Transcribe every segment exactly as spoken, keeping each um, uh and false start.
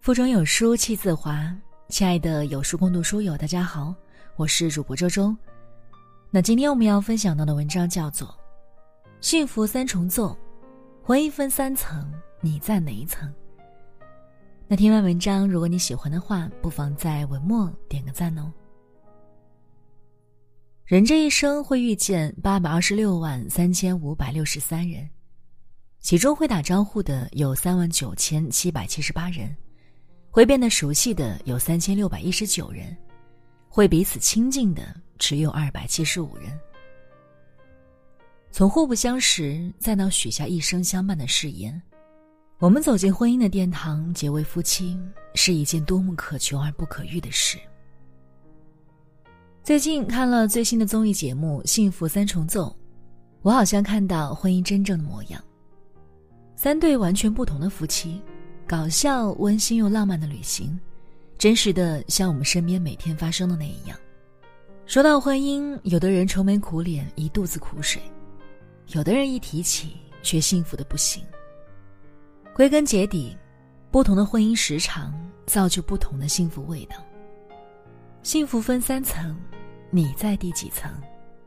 腹中有书气自华，亲爱的有书共读书友大家好，我是主播周周。那今天我们要分享到的文章叫做幸福三重奏，婚姻分三层，你在哪一层？那听完文章，如果你喜欢的话，不妨在文末点个赞哦。人这一生会遇见八百二十六万三千五百六十三人，其中会打招呼的有三万九千七百七十八人，会变得熟悉的有三千六百一十九人，会彼此亲近的只有二百七十五人。从互不相识再到许下一生相伴的誓言，我们走进婚姻的殿堂，结为夫妻，是一件多么可求而不可遇的事。最近看了最新的综艺节目《幸福三重奏》，我好像看到婚姻真正的模样。三对完全不同的夫妻，搞笑、温馨又浪漫的旅行，真实的像我们身边每天发生的那一样。说到婚姻，有的人愁眉苦脸，一肚子苦水，有的人一提起却幸福的不行。归根结底，不同的婚姻时长造就不同的幸福味道。幸福分三层，你在第几层？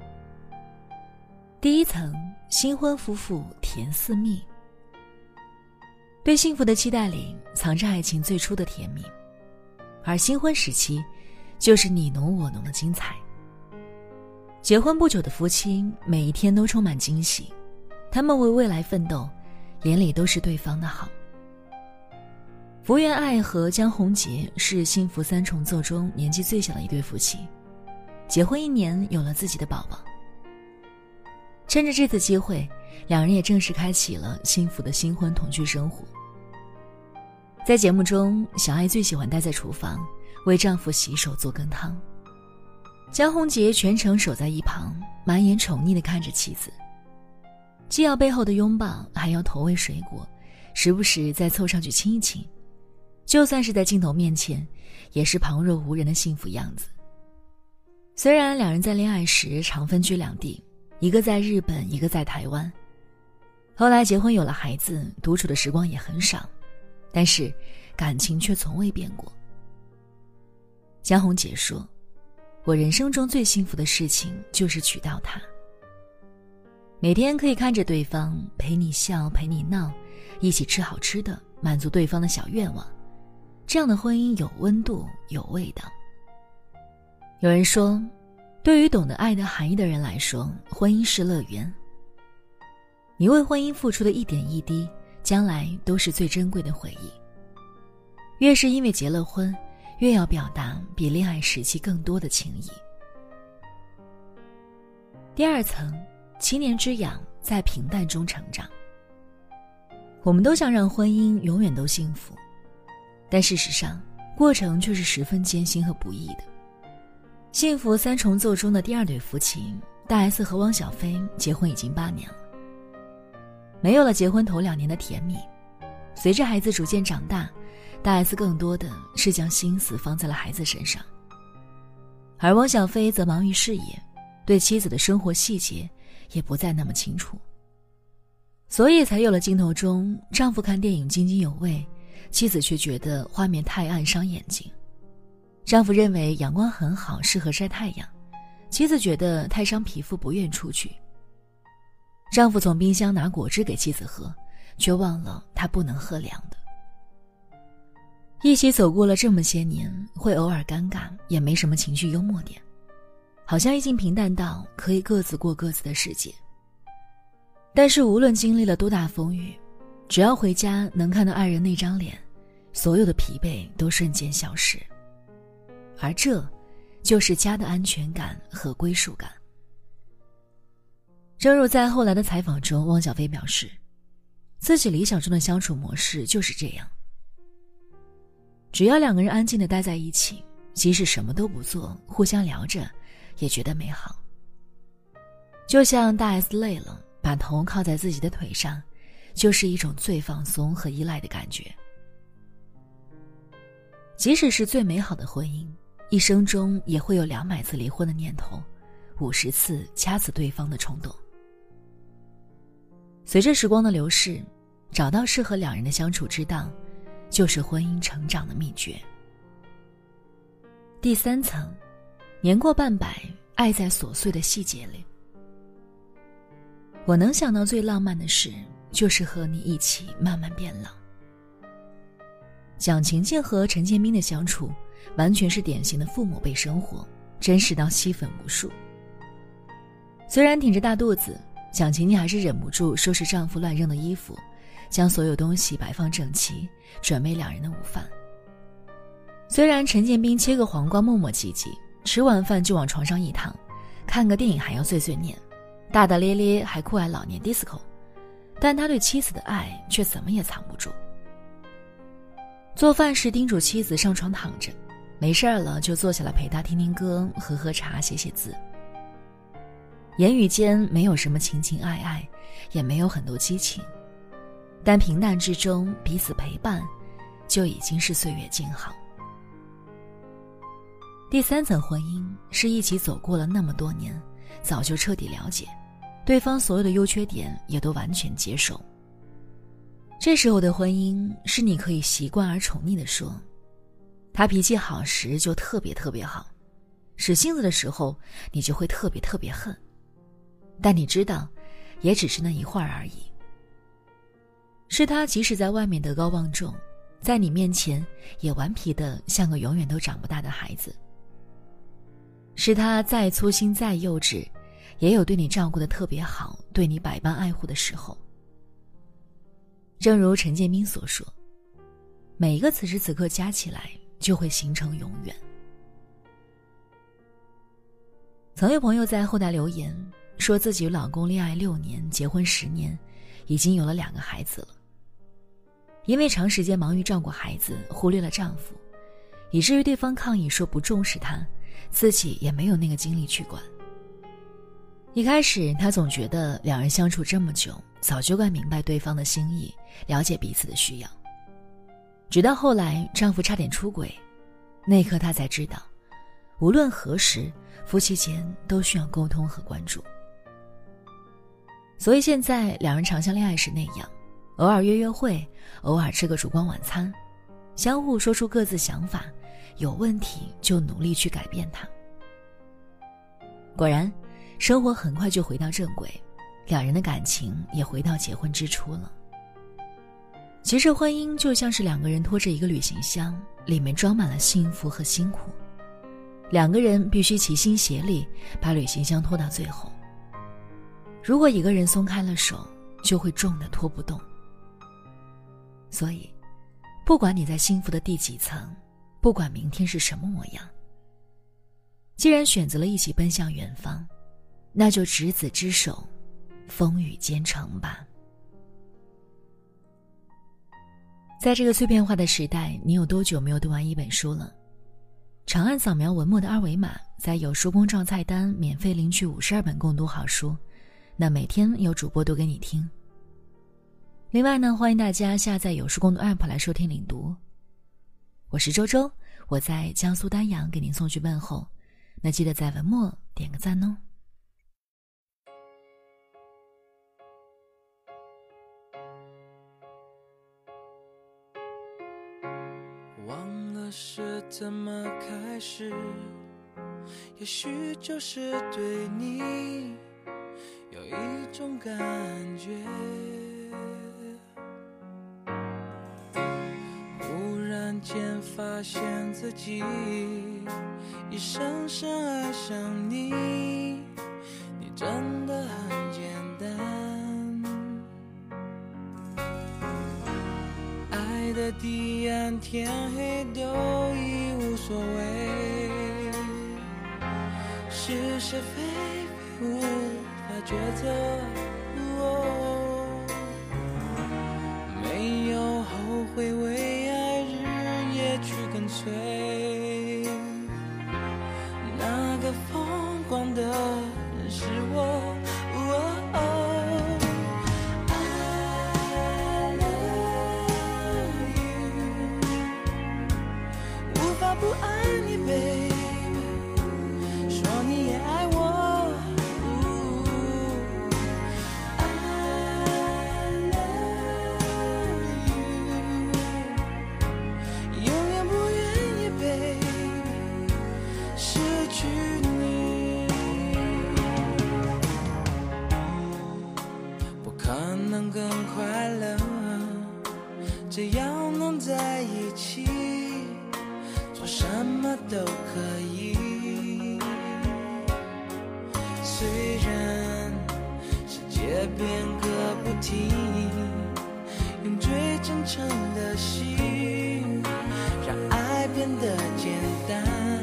第一层，新婚夫妇甜似蜜。对幸福的期待里藏着爱情最初的甜蜜，而新婚时期就是你侬我侬的精彩。结婚不久的夫妻每一天都充满惊喜，他们为未来奋斗，眼里都是对方的好。福原爱和江宏杰是幸福三重奏中年纪最小的一对夫妻，结婚一年有了自己的宝宝。趁着这次机会，两人也正式开启了幸福的新婚同居生活。在节目中，小爱最喜欢待在厨房为丈夫洗手做羹汤，江宏杰全程守在一旁，满眼宠溺地看着妻子，既要背后的拥抱，还要投喂水果，时不时再凑上去亲一亲，就算是在镜头面前也是旁若无人的幸福样子。虽然两人在恋爱时常分居两地，一个在日本，一个在台湾，后来结婚有了孩子，独处的时光也很少，但是感情却从未变过。江宏杰说，我人生中最幸福的事情就是娶到他，每天可以看着对方，陪你笑，陪你闹，一起吃好吃的，满足对方的小愿望，这样的婚姻有温度，有味道。有人说，对于懂得爱的含义的人来说，婚姻是乐园。你为婚姻付出的一点一滴，将来都是最珍贵的回忆。越是因为结了婚，越要表达比恋爱时期更多的情谊。第二层，七年之痒，在平淡中成长。我们都想让婚姻永远都幸福，但事实上，过程却是十分艰辛和不易的。幸福三重奏中的第二对夫妻，大 S 和汪小菲结婚已经八年了。没有了结婚头两年的甜蜜，随着孩子逐渐长大，大 S 更多的是将心思放在了孩子身上，而汪小菲则忙于事业，对妻子的生活细节也不再那么清楚，所以才有了镜头中丈夫看电影津津有味，妻子却觉得画面太暗伤眼睛。丈夫认为阳光很好，适合晒太阳，妻子觉得太伤皮肤，不愿出去。丈夫从冰箱拿果汁给妻子喝，却忘了她不能喝凉的。一起走过了这么些年，会偶尔尴尬，也没什么情绪幽默点，好像已经平淡到可以各自过各自的世界。但是无论经历了多大风雨，只要回家能看到爱人那张脸，所有的疲惫都瞬间消失。而这就是家的安全感和归属感。正如在后来的采访中，汪小菲表示，自己理想中的相处模式就是这样，只要两个人安静地待在一起，即使什么都不做，互相聊着也觉得美好。就像大 S 累了，把头靠在自己的腿上，就是一种最放松和依赖的感觉。即使是最美好的婚姻，一生中也会有两百次离婚的念头，五十次掐死对方的冲动。随着时光的流逝，找到适合两人的相处之道， 就是婚姻成长的秘诀。第三层，年过半百，爱在琐碎的细节里。我能想到最浪漫的事，就是和你一起慢慢变老。蒋勤勤和陈建斌的相处，完全是典型的父母辈生活，真实到吸粉无数。虽然挺着大肚子，蒋勤勤还是忍不住收拾丈夫乱扔的衣服，将所有东西摆放整齐，准备两人的午饭。虽然陈建斌切个黄瓜磨磨唧唧，吃完饭就往床上一躺，看个电影还要碎碎念，大大咧咧还酷爱老年 disco， 但他对妻子的爱却怎么也藏不住。做饭时叮嘱妻子上床躺着，没事了就坐下来陪他听听歌，喝喝茶，写写字。言语间没有什么情情爱爱，也没有很多激情，但平淡之中彼此陪伴，就已经是岁月静好。第三层婚姻是一起走过了那么多年，早就彻底了解，对方所有的优缺点也都完全接受。这时候的婚姻是你可以习惯而宠溺地说，他脾气好时就特别特别好，使性子的时候你就会特别特别恨，但你知道也只是那一会儿而已。是他即使在外面德高望重，在你面前也顽皮的像个永远都长不大的孩子。是他再粗心再幼稚，也有对你照顾得特别好，对你百般爱护的时候。正如陈建斌所说，每一个此时此刻加起来就会形成永远。曾有朋友在后台留言，说自己与老公恋爱六年，结婚十年，已经有了两个孩子了。因为长时间忙于照顾孩子，忽略了丈夫，以至于对方抗议说不重视她，自己也没有那个精力去管。一开始她总觉得两人相处这么久，早就该明白对方的心意，了解彼此的需要。直到后来丈夫差点出轨，那一刻她才知道，无论何时夫妻间都需要沟通和关注。所以现在两人常像恋爱时那样，偶尔约约会，偶尔吃个烛光晚餐，相互说出各自想法，有问题就努力去改变它。果然生活很快就回到正轨，两人的感情也回到结婚之初了。其实婚姻就像是两个人拖着一个旅行箱，里面装满了幸福和辛苦，两个人必须齐心协力把旅行箱拖到最后。如果一个人松开了手，就会重得拖不动。所以不管你在幸福的第几层，不管明天是什么模样，既然选择了一起奔向远方，那就执子之手，风雨兼程吧。在这个碎片化的时代，你有多久没有读完一本书了？长按扫描文末的二维码，在有书公众菜单免费领取五十二本共读好书，那每天有主播读给你听。另外呢，欢迎大家下载有书共读 app 来收听领读。我是周周，我在江苏丹阳给您送去问候，那记得在文末点个赞哦。 忘了是怎么开始，也许就是对你有一种感觉，忽然间发现自己已深深爱上你，你真的很简单，爱的彼岸天黑都已无所谓，是是非非无法抉择，哦，没有后悔，为爱日夜去跟随，那个疯狂的人是我，哦哦不爱你 baby， 说你也爱我，哦 I love you， 样更快乐，只要能在一起，做什么都可以。虽然世界变个不停，用最真诚的心，让爱变得简单，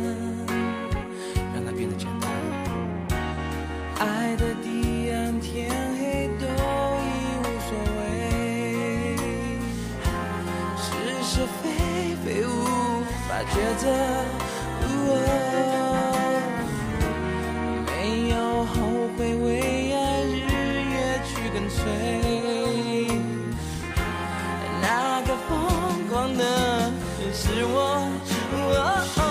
让它变得简单。爱的彼岸，天黑都已无所谓，是是非非无法抉择。哦，没有后悔，为爱日夜去跟随。那个疯狂的是我。哦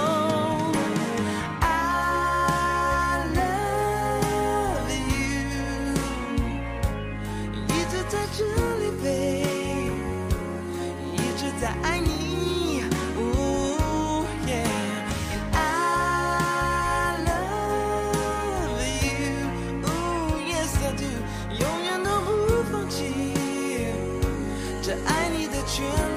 这里飞，一直在爱你。哦耶 And I love you. Oh yes I do. 永远都不放弃，这爱你的权利。